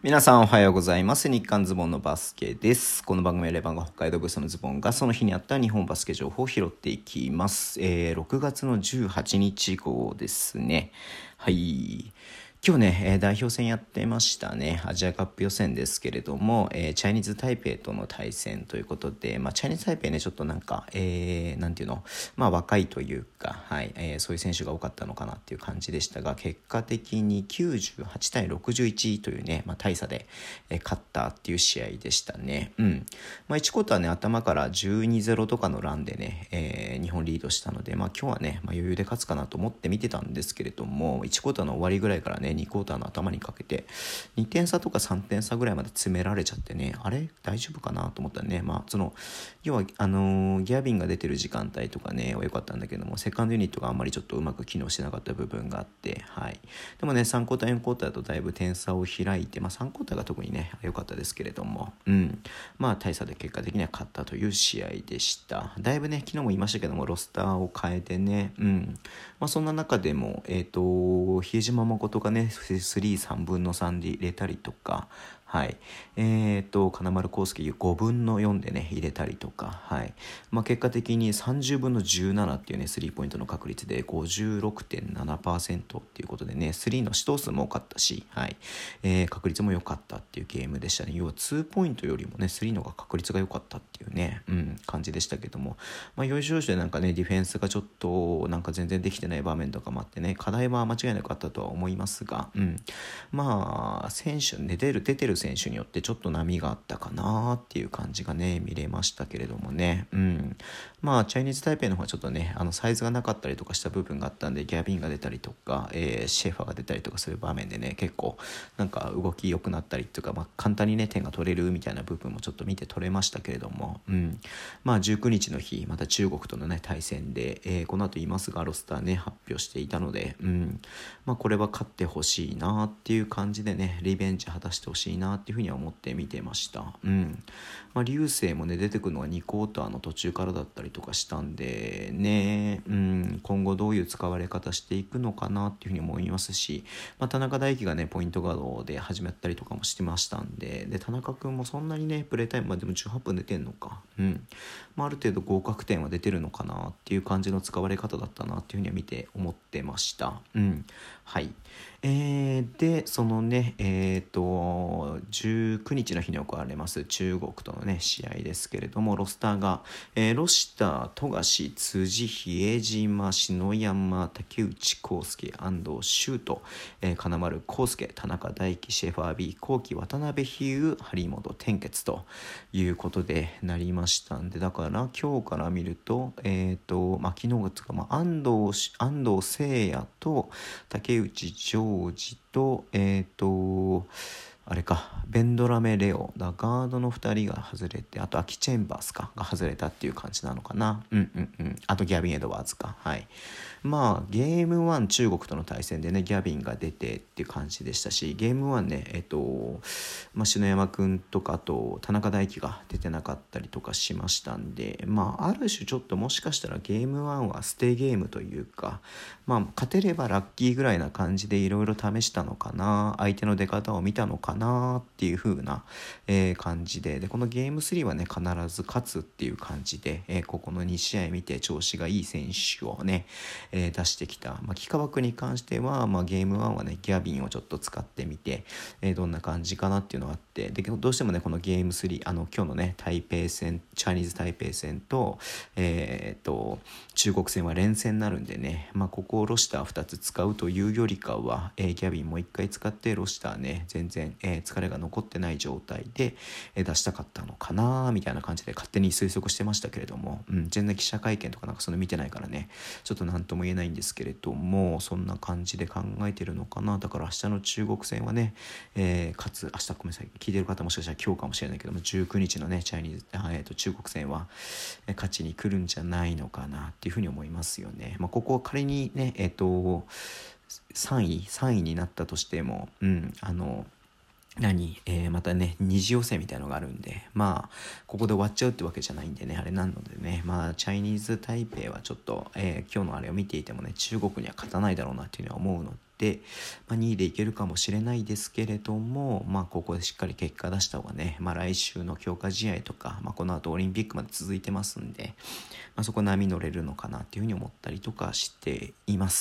皆さんおはようございます。日刊ズボンのバスケです。この番組はレバンが北海道ブースのズボンがその日にあった日本バスケ情報を拾っていきます。6月の18日号ですね。はい。今日ね、代表戦やってましたね。アジアカップ予選ですけれども、チャイニーズ台北との対戦ということで、チャイニーズ台北ね、ちょっとなんか、なんていうの、若いというか、はい、そういう選手が多かったのかなっていう感じでしたが、結果的に98対61というね、大差で、勝ったっていう試合でしたね。1クォーターね、頭から12-0とかのランでね、日本リードしたので、今日はね、余裕で勝つかなと思って見てたんですけれども、1クォーターの終わりぐらいからね、2クォーターの頭にかけて2点差とか3点差ぐらいまで詰められちゃってね、あれ大丈夫かなと思ったらね、要はギャビンが出てる時間帯とかね良かったんだけども、セカンドユニットがあんまりちょっとうまく機能してなかった部分があって、はい。でもね、3クォーター4クォーターとだいぶ点差を開いて、3クォーターが特にね良かったですけれども、大差で結果的には勝ったという試合でした。だいぶね、昨日も言いましたけども、ロスターを変えてね、そんな中でも比江島誠がね3分の3で入れたりとか、はい。金丸康介5分の4でね、入れたりとか、はい。結果的に30分の17っていうね、スリーポイントの確率で 56.7% っていうことでね、スリーの試投数も多かったし、はい。確率も良かったっていうゲームでしたね。要は2ポイントよりもね、スリーの方が確率が良かったっていうね、感じでしたけども、要所要所でなんかね、ディフェンスがちょっとなんか全然できてない場面とかもあってね、課題は間違いなくあったとは思いますが、選手ね、出てる選手によってちょっと波があったかなっていう感じがね見れましたけれどもね、チャイニーズ台北の方はちょっとねサイズがなかったりとかした部分があったんで、ギャビンが出たりとか、シェファーが出たりとかする場面でね、結構なんか動き良くなったりとか、簡単にね点が取れるみたいな部分もちょっと見て取れましたけれども、19日の日また中国とのね対戦で、この後言いますがロスターね発表していたので、これは勝ってほしいなっていう感じでね、リベンジ果たしてほしいなっていうふうには思って見てました。流星もね出てくるのが2クォーターの途中からだったりとかしたんでね、今後どういう使われ方していくのかなっていうふうに思いますし、田中大輝がねポイントガードで始めたりとかもしてましたんで、田中君もそんなにねプレータイムでも18分出てんのか、ある程度合格点は出てるのかなっていう感じの使われ方だったなっていうふうには見て思ってました。はい。でそのね19日の日に行われます中国とのね試合ですけれども、ロスターが、ロシター、富樫、辻、比江島、篠山、竹内康介、安藤修斗、金丸康介、田中大輝、シェファー B、後期、渡辺比喩、張本天傑ということでなりましたんで、だから今日から見ると昨日がつか、安藤誠也と竹内ジョージとあれか、ベンドラメレオだ、ガードの2人が外れて、あとアキチェンバースかが外れたっていう感じなのかな。あとギャビン・エドワーズか。はい。ゲーム1中国との対戦でねギャビンが出てっていう感じでしたし、ゲーム1ね篠山くんとかあと田中大輝が出てなかったりとかしましたんで、ある種ちょっともしかしたらゲーム1は捨てゲームというか、勝てればラッキーぐらいな感じでいろいろ試したのかな、相手の出方を見たのかなっていう風な、感じで、このゲーム3はね必ず勝つっていう感じで、ここの2試合見て調子がいい選手をね、出してきた。幾何学に関しては、ゲーム1はねギャビンをちょっと使ってみて、どんな感じかなっていうのがあって、でどうしてもねこのゲーム3今日のね台北戦、チャイニーズ台北戦と中国戦は連戦になるんでね、ここをロシター2つ使うというよりかは、ギャビンもう1回使ってロシターね全然、疲れが残ってない状態で、出したかったのかなみたいな感じで勝手に推測してましたけれども、全然記者会見とかなんかその見てないからねちょっと何とも言えないんですけれども、そんな感じで考えてるのかな。だから明日の中国戦はね、かつ明日ごめんなさい聞いてる方もしかしたら今日かもしれないけども、19日のねチャイニーズ、中国戦は勝ちに来るんじゃないのかなっていうふうに思いますよね。ここ仮にね3位になったとしても、またね二次予選みたいなのがあるんで、ここで終わっちゃうってわけじゃないんでねあれなのでね、チャイニーズ台北はちょっと、今日のあれを見ていてもね中国には勝たないだろうなっていうのは思うので、 て、2位でいけるかもしれないですけれども、ここでしっかり結果出した方がね、来週の強化試合とか、この後オリンピックまで続いてますんで、そこ波乗れるのかなっていうふうに思ったりとかしています。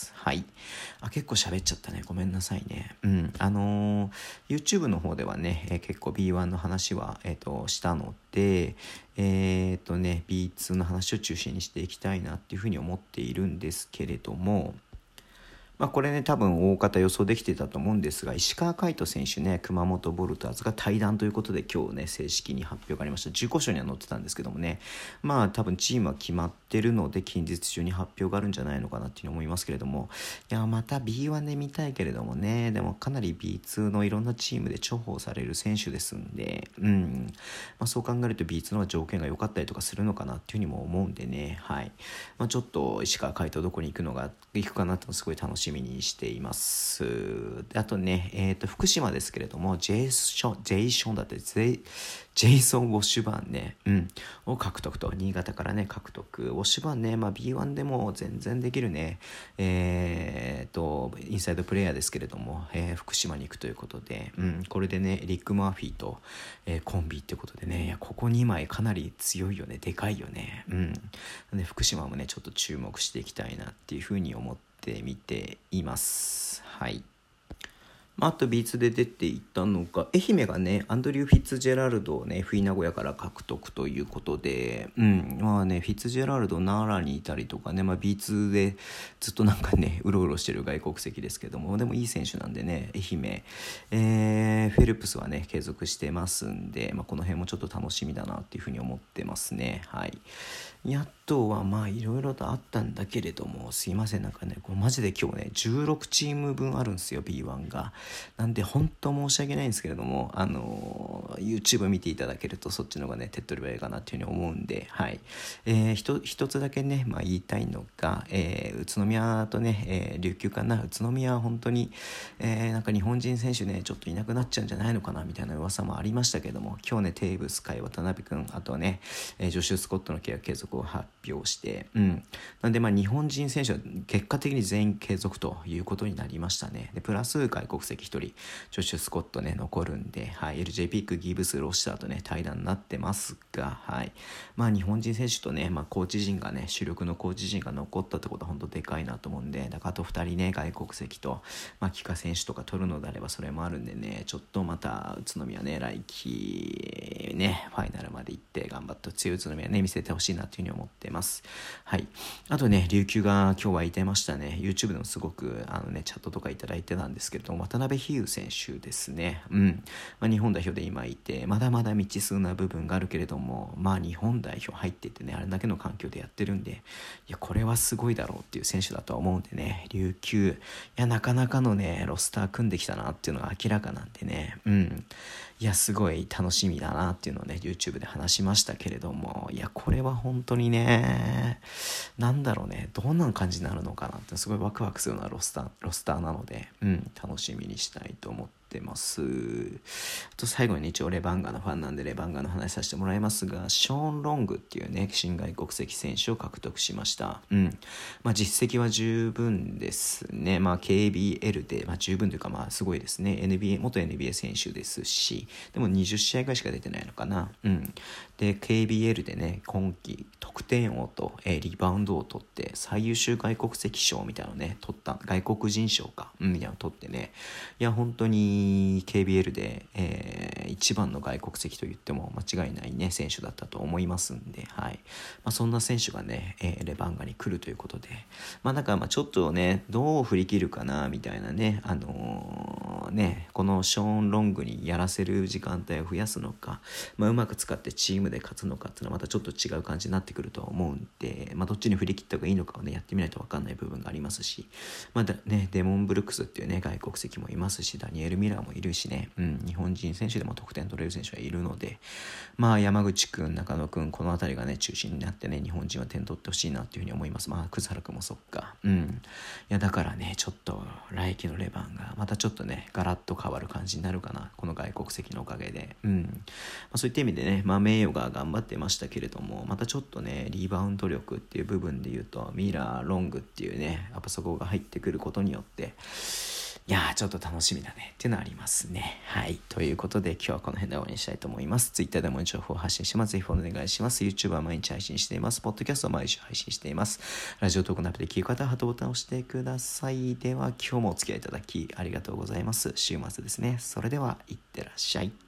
はい。結構喋っちゃったね。ごめんなさいね。YouTube の方ではね、結構 B1 の話は、したので、B2 の話を中心にしていきたいなっていうふうに思っているんですけれども、これね多分大方予想できてたと思うんですが、石川海人選手ね、熊本ボルターズが退団ということで今日ね正式に発表がありました。15章には載ってたんですけどもね、多分チームは決まってるので近日中に発表があるんじゃないのかなっていうふうに思いますけれども、いやまた B1 で見たいけれどもね、でもかなり B2 のいろんなチームで重宝される選手ですんで、そう考えると B2 の条件が良かったりとかするのかなっていうふうにも思うんでね、はい。ちょっと石川海人どこに行くかなってすごい楽しみにしています。あとね、福島ですけれども、ジェイソン・ウォッシュバーンね、を獲得と、新潟からね、獲得。ウォッシュバーンね、B1 でも全然できるね、インサイドプレイヤーですけれども、福島に行くということで、これでね、リック・マーフィーと、コンビってことでね、いやここ2枚かなり強いよね、でかいよね。で福島もね、ちょっと注目していきたいなっていうふうに思って見ています。はい。あと B2 で出ていたのが、愛媛がね、アンドリュー・フィッツジェラルドをね、FE 名古屋から獲得ということで、フィッツジェラルド奈良にいたりとかね、B2 でずっとなんかね、うろうろしてる外国籍ですけども、でもいい選手なんでね、愛媛、フェルプスはね、継続してますんで、この辺もちょっと楽しみだなっていうふうに思ってますね。はい。あとはいろいろとあったんだけれども、すいません、なんかね、マジで今日ね、16チーム分あるんですよ、B1 が。なんで本当申し訳ないんですけれども、YouTube 見ていただけるとそっちの方がね手っ取り早いかなっていうふうに思うんで、はい。一つだけね、言いたいのが、宇都宮とね、琉球かな。宇都宮は本当に、なんか日本人選手ねちょっといなくなっちゃうんじゃないのかなみたいな噂もありましたけども、今日ねテーブス海渡辺君、あとはね、ジョシュ・スコットの契約継続を発表して、なんで日本人選手は結果的に全員継続ということになりましたね。でプラス外国籍1人ジョシュ・スコットね残るんで、はい、LJ ピック、ギブス、ロシターとね対談になってますが、はい。日本人選手とね、コーチ陣がね、主力のコーチ陣が残ったってことは本当でかいなと思うんで、だからあと2人ね外国籍と帰化選手とか取るのであればそれもあるんでね、ちょっとまた宇都宮ね来季ねファイナルまで行って頑張って強い宇都宮ね見せてほしいなというふうに思ってます。はい。あとね、琉球が今日はいてましたね。 YouTube でもすごくチャットとかいただいてたんですけれども、渡辺比喩選手ですね。日本代表で今いて、まだまだ未知数な部分があるけれども、日本代表入っていてね、あれだけの環境でやってるんで、いやこれはすごいだろうっていう選手だとは思うんでね、琉球、いやなかなかのねロスター組んできたなっていうのが明らかなんでね、いやすごい楽しみだなっていうのをね YouTube で話しましたけれども、いやこれは本当にね、なんだろうね、どんな感じになるのかなってすごいワクワクするようなロスターなので、楽しみにしたいと思ってます。あと最後に一応レバンガのファンなんでレバンガの話させてもらいますが、ショーン・ロングっていうね新外国籍選手を獲得しました。実績は十分ですね。KBL で、十分というかすごいですね。元 NBA 選手ですし、でも20試合ぐらいしか出てないのかな。で KBL でね今季得点王と、リバウンドを取って最優秀外国籍賞みたいなのをね取った、外国人賞か、みたいなのを取ってね、いや本当に KBL で、一番の外国籍と言っても間違いないね選手だったと思いますんで、はい。そんな選手がね、レバンガに来るということで、だからちょっとねどう振り切るかなみたいなね、このショーン・ロングにやらせる時間帯を増やすのか、うまく使ってチームで勝つのかっていうのはまたちょっと違う感じになってくるとは思うんで、どっちに振り切った方がいいのかをねやってみないと分かんない部分がありますし、デモン・ブルックスっていうね外国籍もいますし、ダニエル・ミラーもいるしね、日本人選手でも得得点取れる選手はいるので、山口くん、中野くん、この辺りがね中心になってね、日本人は点取ってほしいなっていうふうに思います。葛原くんもそっか。いやだからね、ちょっと来季のレバンがまたちょっとねガラッと変わる感じになるかな、この外国籍のおかげで。そういった意味でね、名誉が頑張ってましたけれども、またちょっとねリバウンド力っていう部分で言うとミラー、ロングっていうね、やっぱそこが入ってくることによって、いやーちょっと楽しみだねっていうのはありますね。はい、ということで今日はこの辺で終わりにしたいと思います。Twitter でも情報を発信してます。ぜひフォローお願いします。YouTube は毎日配信しています。ポッドキャストは毎週配信しています。ラジオトークのアプリで聞く方はハートボタンを押してください。では今日もお付き合いいただきありがとうございます。週末ですね。それではいってらっしゃい。